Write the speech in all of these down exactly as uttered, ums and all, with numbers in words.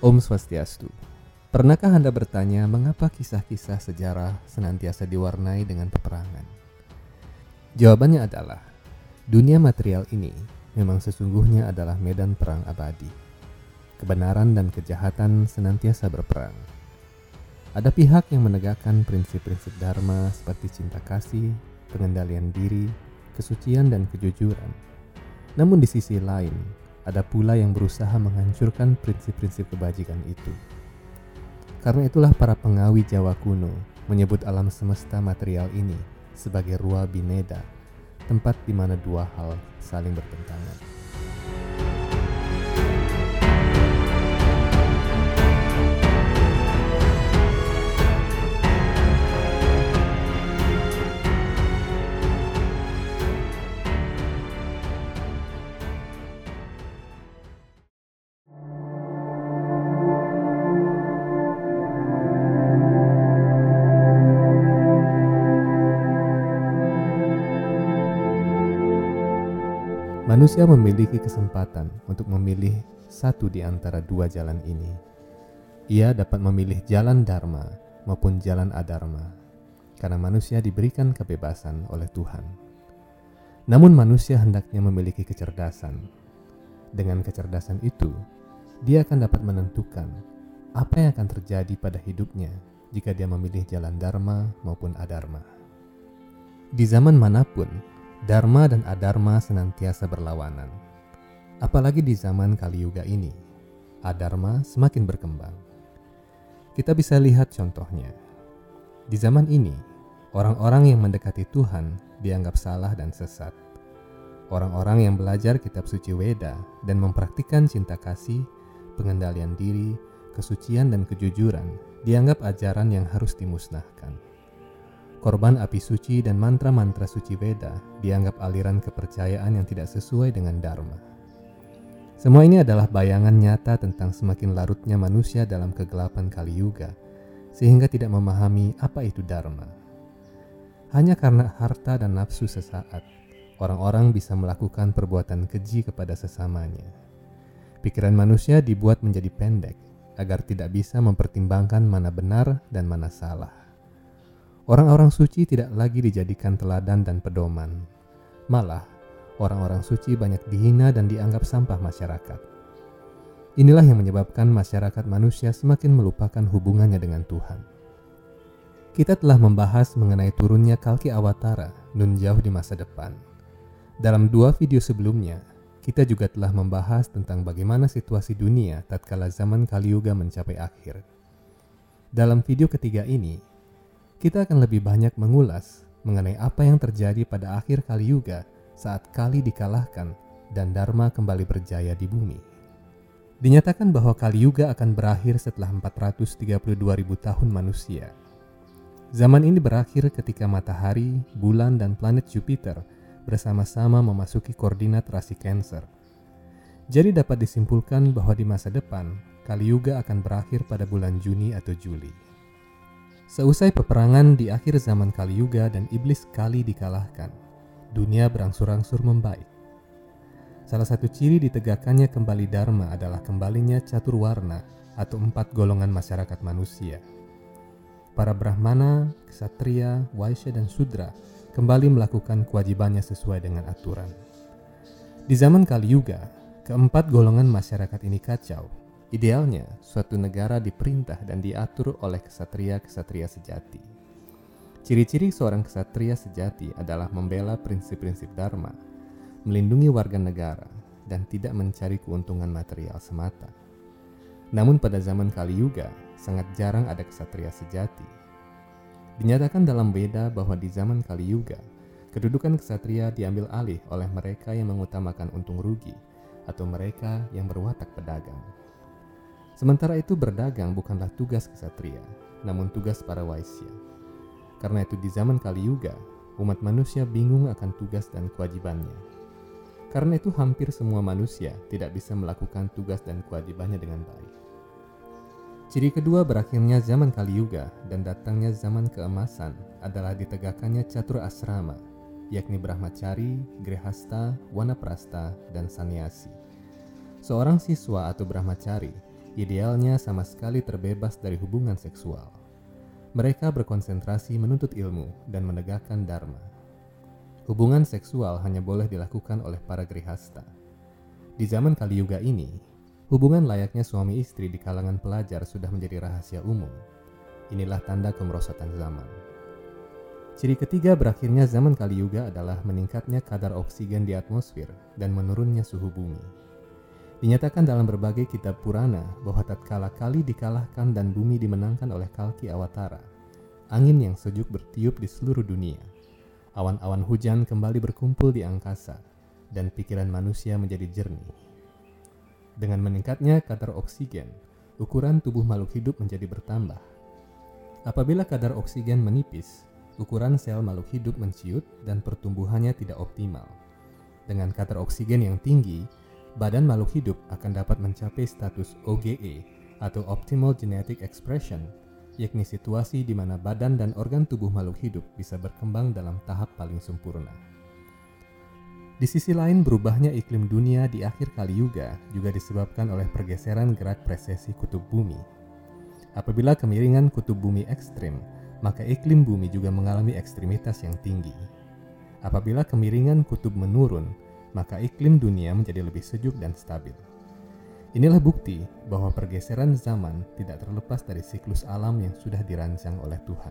Om Swastiastu. Pernahkah Anda bertanya mengapa kisah-kisah sejarah senantiasa diwarnai dengan peperangan? Jawabannya adalah, dunia material ini memang sesungguhnya adalah medan perang abadi. Kebenaran dan kejahatan senantiasa berperang. Ada pihak yang menegakkan prinsip-prinsip dharma seperti cinta kasih, pengendalian diri, kesucian dan kejujuran. Namun di sisi lain, ada pula yang berusaha menghancurkan prinsip-prinsip kebajikan itu. Karena itulah para pengawi Jawa kuno menyebut alam semesta material ini sebagai Rua Bineda, tempat di mana dua hal saling bertentangan. Manusia memiliki kesempatan untuk memilih satu di antara dua jalan ini. Ia dapat memilih jalan dharma maupun jalan adharma, karena manusia diberikan kebebasan oleh Tuhan. Namun manusia hendaknya memiliki kecerdasan. Dengan kecerdasan itu, dia akan dapat menentukan apa yang akan terjadi pada hidupnya jika dia memilih jalan dharma maupun adharma. Di zaman manapun, dharma dan adharma senantiasa berlawanan. Apalagi di zaman Kali Yuga ini, adharma semakin berkembang. Kita bisa lihat contohnya. Di zaman ini, orang-orang yang mendekati Tuhan dianggap salah dan sesat. Orang-orang yang belajar kitab suci Weda dan mempraktikkan cinta kasih, pengendalian diri, kesucian dan kejujuran dianggap ajaran yang harus dimusnahkan. Korban api suci dan mantra-mantra suci Weda dianggap aliran kepercayaan yang tidak sesuai dengan dharma. Semua ini adalah bayangan nyata tentang semakin larutnya manusia dalam kegelapan Kali Yuga, sehingga tidak memahami apa itu dharma. Hanya karena harta dan nafsu sesaat, orang-orang bisa melakukan perbuatan keji kepada sesamanya. Pikiran manusia dibuat menjadi pendek, agar tidak bisa mempertimbangkan mana benar dan mana salah. Orang-orang suci tidak lagi dijadikan teladan dan pedoman. Malah, orang-orang suci banyak dihina dan dianggap sampah masyarakat. Inilah yang menyebabkan masyarakat manusia semakin melupakan hubungannya dengan Tuhan. Kita telah membahas mengenai turunnya Kalki Awatara nun jauh di masa depan. Dalam dua video sebelumnya, kita juga telah membahas tentang bagaimana situasi dunia tatkala zaman Kali Yuga mencapai akhir. Dalam video ketiga ini, kita akan lebih banyak mengulas mengenai apa yang terjadi pada akhir Kali Yuga saat Kali dikalahkan dan Dharma kembali berjaya di bumi. Dinyatakan bahwa Kali Yuga akan berakhir setelah empat ratus tiga puluh dua ribu tahun manusia. Zaman ini berakhir ketika matahari, bulan, dan planet Jupiter bersama-sama memasuki koordinat rasi Cancer. Jadi dapat disimpulkan bahwa di masa depan, Kali Yuga akan berakhir pada bulan Juni atau Juli. Seusai peperangan di akhir zaman Kali Yuga dan iblis Kali dikalahkan, dunia berangsur-angsur membaik. Salah satu ciri ditegakkannya kembali Dharma adalah kembalinya catur warna atau empat golongan masyarakat manusia. Para Brahmana, Ksatria, Waisya, dan Sudra kembali melakukan kewajibannya sesuai dengan aturan. Di zaman Kali Yuga, keempat golongan masyarakat ini kacau. Idealnya, suatu negara diperintah dan diatur oleh ksatria-ksatria sejati. Ciri-ciri seorang ksatria sejati adalah membela prinsip-prinsip dharma, melindungi warga negara, dan tidak mencari keuntungan material semata. Namun pada zaman Kali Yuga, sangat jarang ada ksatria sejati. Dinyatakan dalam Weda bahwa di zaman Kali Yuga, kedudukan ksatria diambil alih oleh mereka yang mengutamakan untung rugi atau mereka yang berwatak pedagang. Sementara itu berdagang bukanlah tugas ksatria, namun tugas para waisya. Karena itu di zaman Kali Yuga, umat manusia bingung akan tugas dan kewajibannya. Karena itu hampir semua manusia tidak bisa melakukan tugas dan kewajibannya dengan baik. Ciri kedua berakhirnya zaman Kali Yuga dan datangnya zaman keemasan adalah ditegakkannya catur asrama, yakni Brahmacari, Grihasta, Wanaprastha, dan Sannyasi. Seorang siswa atau Brahmacari idealnya sama sekali terbebas dari hubungan seksual. Mereka berkonsentrasi menuntut ilmu dan menegakkan dharma. Hubungan seksual hanya boleh dilakukan oleh para grihasta. Di zaman Kali Yuga ini, hubungan layaknya suami istri di kalangan pelajar sudah menjadi rahasia umum. Inilah tanda kemerosotan zaman. Ciri ketiga berakhirnya zaman Kali Yuga adalah meningkatnya kadar oksigen di atmosfer dan menurunnya suhu bumi. Dinyatakan dalam berbagai kitab Purana bahwa tatkala Kali dikalahkan dan bumi dimenangkan oleh Kalki Awatara, angin yang sejuk bertiup di seluruh dunia. Awan-awan hujan kembali berkumpul di angkasa dan pikiran manusia menjadi jernih. Dengan meningkatnya kadar oksigen, ukuran tubuh makhluk hidup menjadi bertambah. Apabila kadar oksigen menipis, ukuran sel makhluk hidup menciut dan pertumbuhannya tidak optimal. Dengan kadar oksigen yang tinggi, badan makhluk hidup akan dapat mencapai status O G E atau Optimal Genetic Expression, yakni situasi di mana badan dan organ tubuh makhluk hidup bisa berkembang dalam tahap paling sempurna. Di sisi lain, berubahnya iklim dunia di akhir Kali Yuga juga disebabkan oleh pergeseran gerak presesi kutub bumi. Apabila kemiringan kutub bumi ekstrim, maka iklim bumi juga mengalami ekstremitas yang tinggi. Apabila kemiringan kutub menurun, maka iklim dunia menjadi lebih sejuk dan stabil. Inilah bukti bahwa pergeseran zaman tidak terlepas dari siklus alam yang sudah dirancang oleh Tuhan.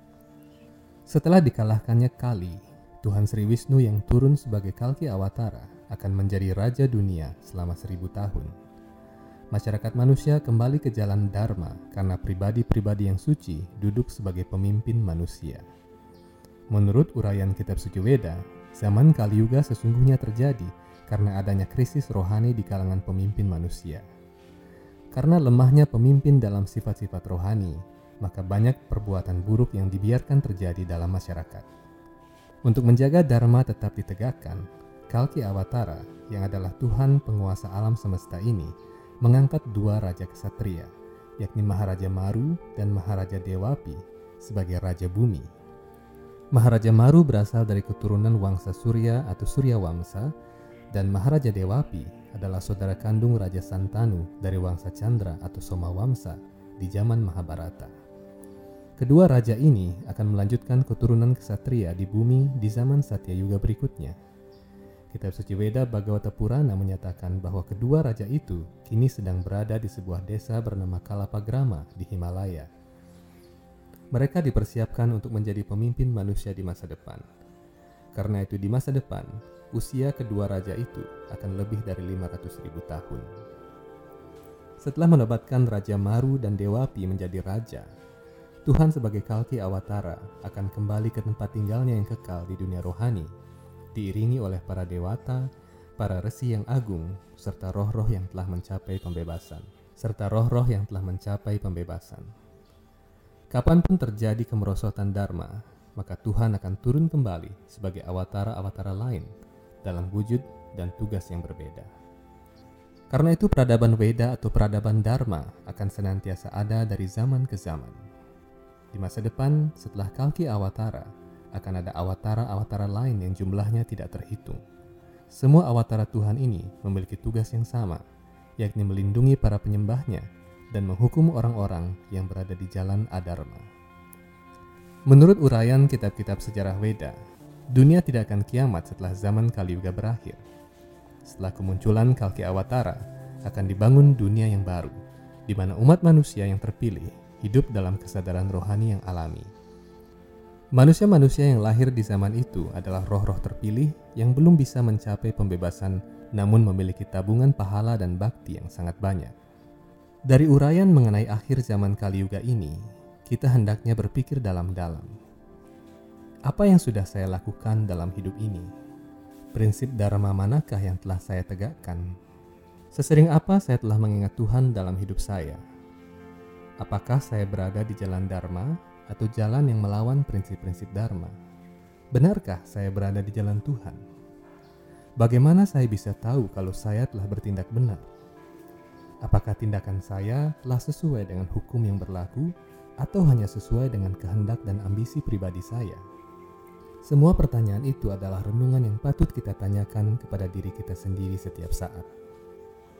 Setelah dikalahkannya Kali, Tuhan Sri Wisnu yang turun sebagai Kalki Awatara akan menjadi Raja Dunia selama seribu tahun. Masyarakat manusia kembali ke jalan Dharma karena pribadi-pribadi yang suci duduk sebagai pemimpin manusia. Menurut uraian kitab suci Weda, zaman Kali Yuga sesungguhnya terjadi karena adanya krisis rohani di kalangan pemimpin manusia. Karena lemahnya pemimpin dalam sifat-sifat rohani, maka banyak perbuatan buruk yang dibiarkan terjadi dalam masyarakat. Untuk menjaga Dharma tetap ditegakkan, Kalki Awatara yang adalah Tuhan penguasa alam semesta ini mengangkat dua raja ksatria, yakni Maharaja Maru dan Maharaja Dewapi sebagai Raja Bumi. Maharaja Maru berasal dari keturunan Wangsa Surya atau Surya Wamsa, dan Maharaja Dewapi adalah saudara kandung Raja Santanu dari Wangsa Chandra atau Soma Wamsa di zaman Mahabharata. Kedua raja ini akan melanjutkan keturunan ksatria di bumi di zaman Satya Yuga berikutnya. Kitab suci Weda Bhagavata Purana menyatakan bahwa kedua raja itu kini sedang berada di sebuah desa bernama Kalapagrama di Himalaya. Mereka dipersiapkan untuk menjadi pemimpin manusia di masa depan. Karena itu di masa depan, usia kedua raja itu akan lebih dari lima ratus ribu tahun. Setelah menobatkan Raja Maru dan Dewapi menjadi raja, Tuhan sebagai Kalki Awatara akan kembali ke tempat tinggalnya yang kekal di dunia rohani, diiringi oleh para dewata, para resi yang agung, serta roh-roh yang telah mencapai pembebasan, serta roh-roh yang telah mencapai pembebasan. Kapanpun terjadi kemerosotan Dharma, maka Tuhan akan turun kembali sebagai awatara-awatara lain dalam wujud dan tugas yang berbeda. Karena itu peradaban Weda atau peradaban Dharma akan senantiasa ada dari zaman ke zaman. Di masa depan, setelah Kalki Awatara, akan ada awatara-awatara lain yang jumlahnya tidak terhitung. Semua awatara Tuhan ini memiliki tugas yang sama, yakni melindungi para penyembahnya dan menghukum orang-orang yang berada di jalan adharma. Menurut uraian kitab-kitab sejarah Weda, dunia tidak akan kiamat setelah zaman Kali Yuga berakhir. Setelah kemunculan Kalki Awatara, akan dibangun dunia yang baru, di mana umat manusia yang terpilih hidup dalam kesadaran rohani yang alami. Manusia-manusia yang lahir di zaman itu adalah roh-roh terpilih yang belum bisa mencapai pembebasan, namun memiliki tabungan pahala dan bakti yang sangat banyak. Dari uraian mengenai akhir zaman Kali Yuga ini, kita hendaknya berpikir dalam-dalam. Apa yang sudah saya lakukan dalam hidup ini? Prinsip dharma manakah yang telah saya tegakkan? Sesering apa saya telah mengingat Tuhan dalam hidup saya? Apakah saya berada di jalan dharma atau jalan yang melawan prinsip-prinsip dharma? Benarkah saya berada di jalan Tuhan? Bagaimana saya bisa tahu kalau saya telah bertindak benar? Apakah tindakan saya telah sesuai dengan hukum yang berlaku atau hanya sesuai dengan kehendak dan ambisi pribadi saya? Semua pertanyaan itu adalah renungan yang patut kita tanyakan kepada diri kita sendiri setiap saat.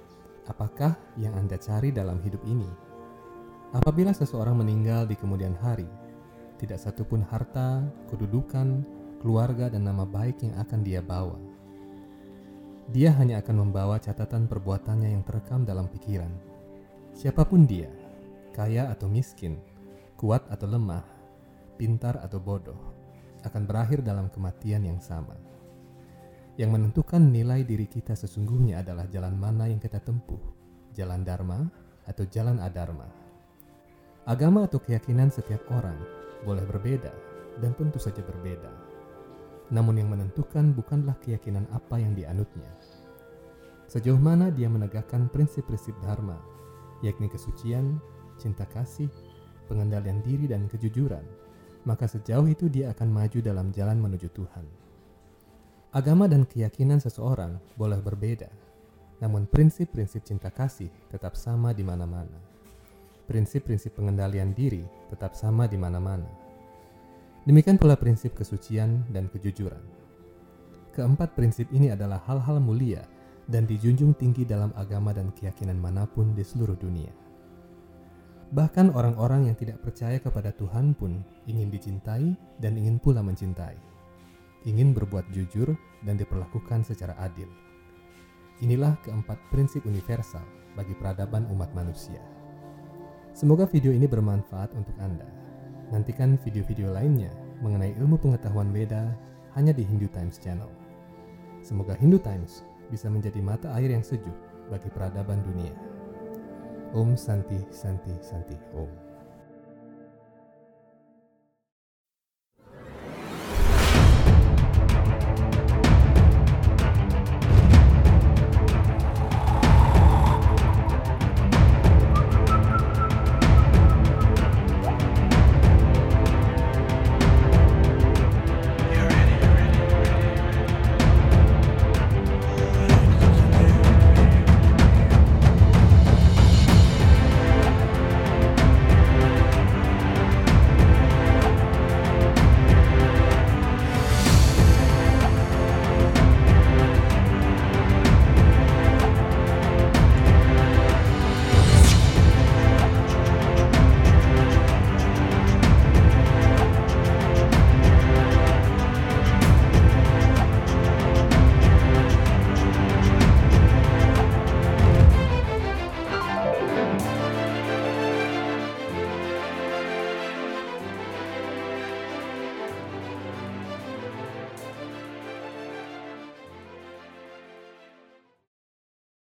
Apakah yang Anda cari dalam hidup ini? Apabila seseorang meninggal di kemudian hari, tidak satupun harta, kedudukan, keluarga, dan nama baik yang akan dia bawa. Dia hanya akan membawa catatan perbuatannya yang terekam dalam pikiran. Siapapun dia, kaya atau miskin, kuat atau lemah, pintar atau bodoh, akan berakhir dalam kematian yang sama. Yang menentukan nilai diri kita sesungguhnya adalah jalan mana yang kita tempuh, jalan dharma atau jalan adharma. Agama atau keyakinan setiap orang boleh berbeda dan tentu saja berbeda. Namun yang menentukan bukanlah keyakinan apa yang dianutnya. Sejauh mana dia menegakkan prinsip-prinsip dharma, yakni kesucian, cinta kasih, pengendalian diri dan kejujuran, maka sejauh itu dia akan maju dalam jalan menuju Tuhan. Agama dan keyakinan seseorang boleh berbeda, namun prinsip-prinsip cinta kasih tetap sama di mana-mana. Prinsip-prinsip pengendalian diri tetap sama di mana-mana. Demikian pula prinsip kesucian dan kejujuran. Keempat prinsip ini adalah hal-hal mulia dan dijunjung tinggi dalam agama dan keyakinan manapun di seluruh dunia. Bahkan orang-orang yang tidak percaya kepada Tuhan pun ingin dicintai dan ingin pula mencintai. Ingin berbuat jujur dan diperlakukan secara adil. Inilah keempat prinsip universal bagi peradaban umat manusia. Semoga video ini bermanfaat untuk Anda. Nantikan video-video lainnya mengenai ilmu pengetahuan Weda hanya di Hindu Times Channel. Semoga Hindu Times bisa menjadi mata air yang sejuk bagi peradaban dunia. Om Santi Santi Santi Om.